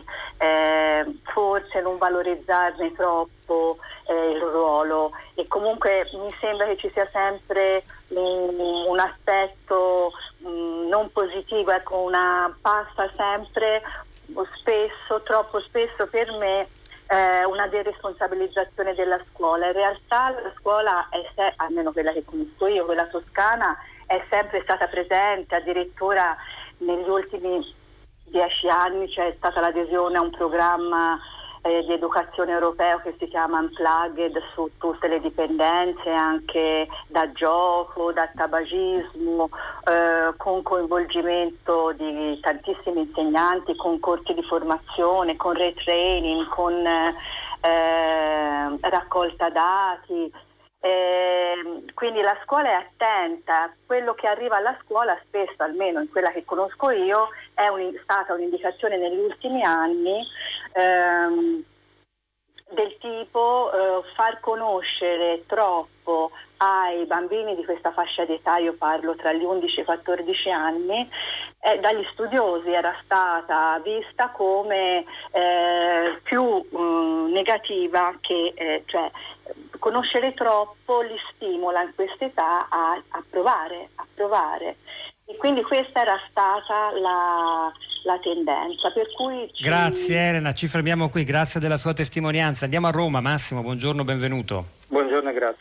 forse non valorizzarne troppo il ruolo, e comunque mi sembra che ci sia sempre un aspetto non positivo, passa sempre troppo spesso per me una deresponsabilizzazione della scuola. In realtà la scuola almeno quella che conosco io, quella toscana, è sempre stata presente. Addirittura negli ultimi 10 anni c'è stata l'adesione a un programma di educazione europeo che si chiama Unplugged su tutte le dipendenze, anche da gioco, da tabagismo, con coinvolgimento di tantissimi insegnanti, con corsi di formazione, con retraining, con raccolta dati. Quindi la scuola è attenta. Quello che arriva alla scuola spesso, almeno in quella che conosco io, è stata un'indicazione negli ultimi anni del tipo far conoscere troppo ai bambini di questa fascia d'età, io parlo tra gli 11 e i 14 anni, dagli studiosi era stata vista come più negativa, che cioè conoscere troppo li stimola in questa età a provare. E quindi questa era stata la tendenza, per cui Grazie Elena, ci fermiamo qui, grazie della sua testimonianza. Andiamo a Roma. Massimo, buongiorno, benvenuto. Buongiorno e grazie.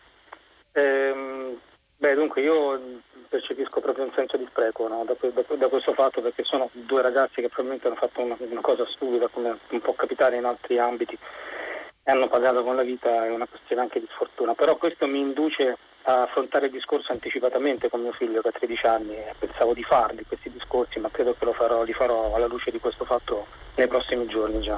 Dunque io percepisco proprio un senso di spreco, no? da questo fatto, perché sono due ragazzi che probabilmente hanno fatto una cosa stupida, come può capitare in altri ambiti, e hanno pagato con la vita. È una questione anche di sfortuna, però questo mi induce a affrontare il discorso anticipatamente con mio figlio che ha 13 anni. Pensavo di farli questi discorsi, ma credo che li farò alla luce di questo fatto nei prossimi giorni già.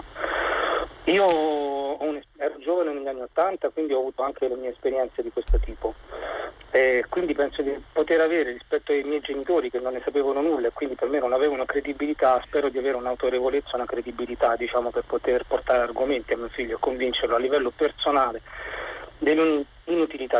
Io ero giovane negli anni 80, quindi ho avuto anche le mie esperienze di questo tipo, e quindi penso di poter avere, rispetto ai miei genitori che non ne sapevano nulla e quindi per me non avevano credibilità, spero di avere un'autorevolezza, una credibilità, diciamo, per poter portare argomenti a mio figlio e convincerlo a livello personale dell'inutilità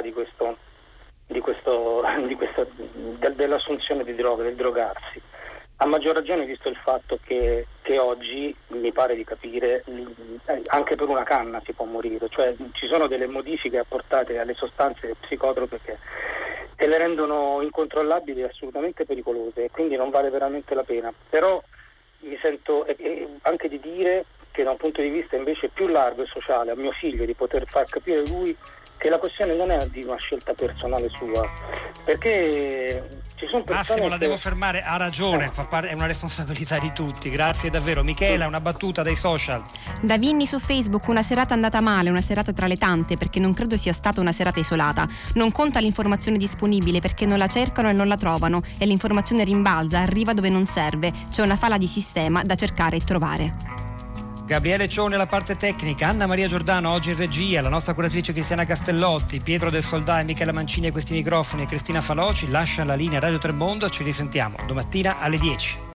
dell'assunzione di droga, del drogarsi. A maggior ragione visto il fatto che oggi, mi pare di capire, anche per una canna si può morire, cioè ci sono delle modifiche apportate alle sostanze psicotrope che le rendono incontrollabili e assolutamente pericolose, e quindi non vale veramente la pena. Però mi sento anche di dire che da un punto di vista invece più largo e sociale a mio figlio, di poter far capire lui che la questione non è di una scelta personale sua, perché ci sono persone Massimo, la devo fermare, ha ragione, è una responsabilità di tutti. Grazie davvero. Michela, una battuta dai social. Da Vinni su Facebook: una serata andata male, una serata tra le tante, perché non credo sia stata una serata isolata. Non conta l'informazione disponibile, perché non la cercano e non la trovano, e l'informazione rimbalza, arriva dove non serve. C'è una falla di sistema da cercare e trovare. Gabriele Cione, la parte tecnica, Anna Maria Giordano oggi in regia, la nostra curatrice Cristiana Castellotti, Pietro del Soldà e Michela Mancini a questi microfoni e Cristina Faloci lascia la linea Radio Tremondo. Ci risentiamo domattina alle 10.